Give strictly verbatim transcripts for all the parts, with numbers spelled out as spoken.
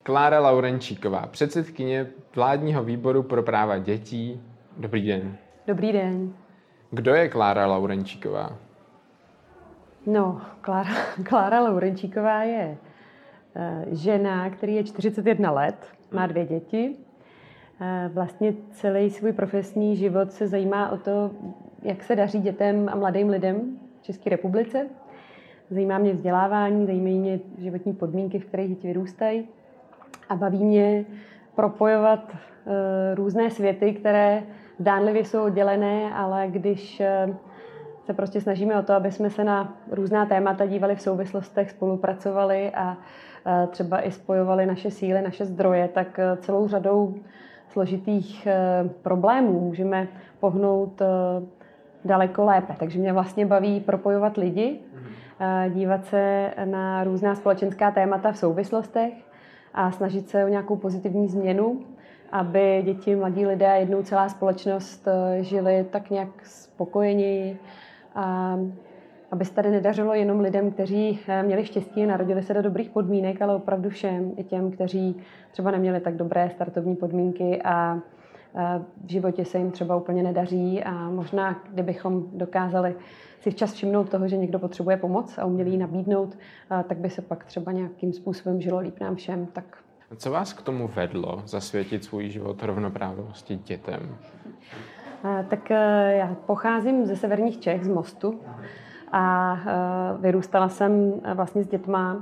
Klára Laurenčíková, předsedkyně vládního výboru pro práva dětí. Dobrý den. Dobrý den. Kdo je Klára Laurenčíková? No, Klára, Klára Laurenčíková je žena, který je čtyřicet jedna let, má dvě děti. Vlastně celý svůj profesní život se zajímá o to, jak se daří dětem a mladým lidem v České republice. Zajímá mě vzdělávání, zajímají mě životní podmínky, v kterých děti vyrůstají. A baví mě propojovat různé světy, které zdánlivě jsou oddělené, ale když se prostě snažíme o to, aby jsme se na různá témata dívali v souvislostech, spolupracovali a třeba i spojovali naše síly, naše zdroje, tak celou řadou složitých problémů můžeme pohnout daleko lépe. Takže mě vlastně baví propojovat lidi, dívat se na různá společenská témata v souvislostech a snažit se o nějakou pozitivní změnu, aby děti, mladí lidé a jednou celá společnost žili tak nějak spokojeněji. A aby se tady nedařilo jenom lidem, kteří měli štěstí a narodili se do dobrých podmínek, ale opravdu všem, i těm, kteří třeba neměli tak dobré startovní podmínky a v životě se jim třeba úplně nedaří a možná, kdybychom dokázali si včas všimnout toho, že někdo potřebuje pomoc a uměli ji nabídnout, tak by se pak třeba nějakým způsobem žilo líp nám všem. Tak. Co vás k tomu vedlo zasvětit svůj život rovnoprávnosti dětem? Tak já pocházím ze severních Čech, z Mostu. A vyrůstala jsem vlastně s dětma,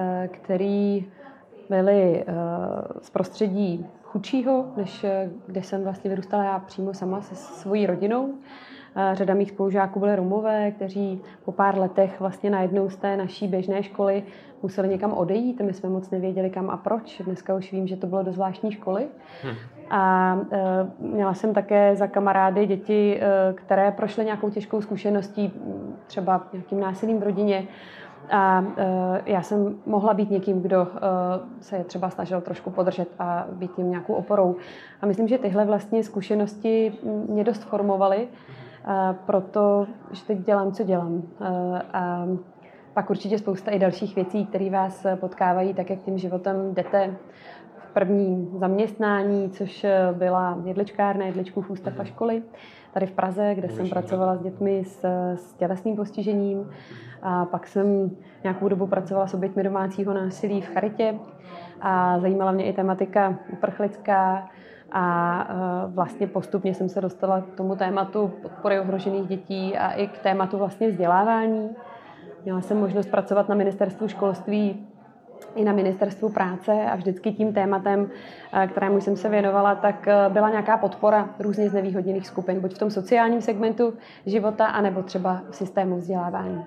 který byli z prostředí chudšího, než kde jsem vlastně vyrůstala já přímo sama se svojí rodinou. Řada mých spolužáků byly Romové, kteří po pár letech vlastně najednou z té naší běžné školy museli někam odejít. My jsme moc nevěděli kam a proč. Dneska už vím, že to bylo do zvláštní školy. Hmm. A e, měla jsem také za kamarády děti, e, které prošly nějakou těžkou zkušeností, třeba nějakým násilím v rodině. A e, já jsem mohla být někým, kdo e, se je třeba snažil trošku podržet a být jim nějakou oporou. A myslím, že tyhle vlastně zkušenosti mě dost formovaly, e, proto, že teď dělám, co dělám. E, a pak určitě spousta i dalších věcí, které vás potkávají, tak jak tím životem jdete. V prvním zaměstnání, což byla jedličkárna, jedličkův ústav a školy, tady v Praze, kde jsem pracovala s dětmi s, s tělesným postižením. A pak jsem nějakou dobu pracovala s oběťmi domácího násilí v charitě a zajímala mě i tematika uprchlická a vlastně postupně jsem se dostala k tomu tématu podpory ohrožených dětí a i k tématu vlastně vzdělávání. Měla jsem možnost pracovat na ministerstvu školství i na ministerstvu práce a vždycky tím tématem, kterému jsem se věnovala, tak byla nějaká podpora různě znevýhodněných skupin, buď v tom sociálním segmentu života, anebo třeba v systému vzdělávání.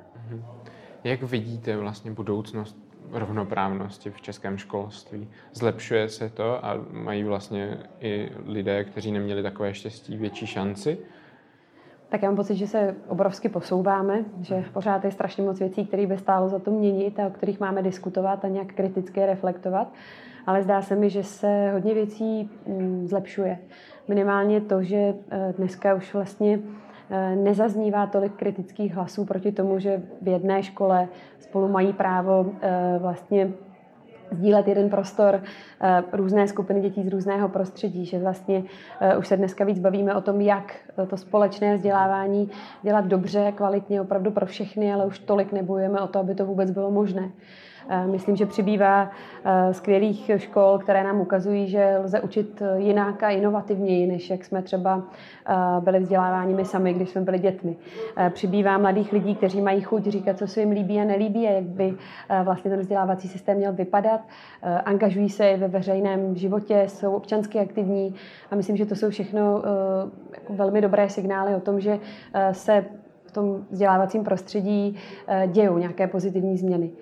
Jak vidíte vlastně budoucnost rovnoprávnosti v českém školství? Zlepšuje se to a mají vlastně i lidé, kteří neměli takové štěstí, větší šanci? Tak já mám pocit, že se obrovsky posouváme, že pořád je strašně moc věcí, které by stálo za to měnit a o kterých máme diskutovat a nějak kriticky reflektovat. Ale zdá se mi, že se hodně věcí zlepšuje. Minimálně to, že dneska už vlastně nezaznívá tolik kritických hlasů proti tomu, že v jedné škole spolu mají právo vlastně sdílet jeden prostor, různé skupiny dětí z různého prostředí, že vlastně už se dneska víc bavíme o tom, jak to společné vzdělávání dělat dobře, kvalitně, opravdu pro všechny, ale už tolik nebojujeme o to, aby to vůbec bylo možné. Myslím, že přibývá skvělých škol, které nám ukazují, že lze učit jinak a inovativněji, než jak jsme třeba byli vzděláváni my sami, když jsme byli dětmi. Přibývá mladých lidí, kteří mají chuť říkat, co se jim líbí a nelíbí a jak by vlastně ten vzdělávací systém měl vypadat. Angažují se ve veřejném životě, jsou občansky aktivní a myslím, že to jsou všechno jako velmi dobré signály o tom, že se v tom vzdělávacím prostředí dějou nějaké pozitivní změny.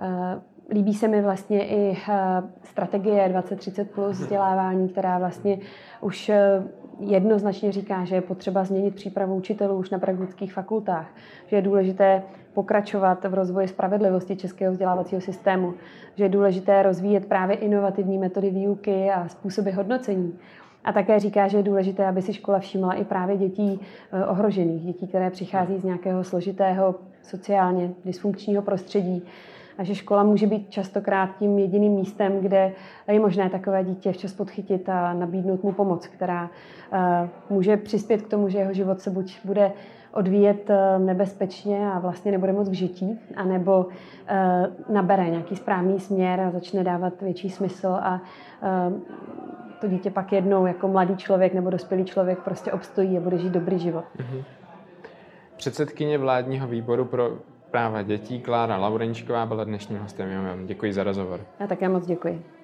Líbí se mi vlastně i strategie dvacet třicet plus vzdělávání, která vlastně už jednoznačně říká, že je potřeba změnit přípravu učitelů už na pedagogických fakultách, že je důležité pokračovat v rozvoji spravedlivosti českého vzdělávacího systému, že je důležité rozvíjet právě inovativní metody výuky a způsoby hodnocení. A také říká, že je důležité, aby si škola všimla i právě dětí ohrožených, dětí, které přichází z nějakého složitého sociálně dysfunkčního prostředí. a že škola může být častokrát tím jediným místem, kde je možné takové dítě včas podchytit a nabídnout mu pomoc, která může přispět k tomu, že jeho život se buď bude odvíjet nebezpečně a vlastně nebude moc v žití, anebo nabere nějaký správný směr a začne dávat větší smysl a to dítě pak jednou jako mladý člověk nebo dospělý člověk prostě obstojí a bude žít dobrý život. Mm-hmm. Předsedkyně vládního výboru pro práva dětí Klára Laurenčková byla dnešním hostem. Děkuji za rozhovor. Já také moc děkuji.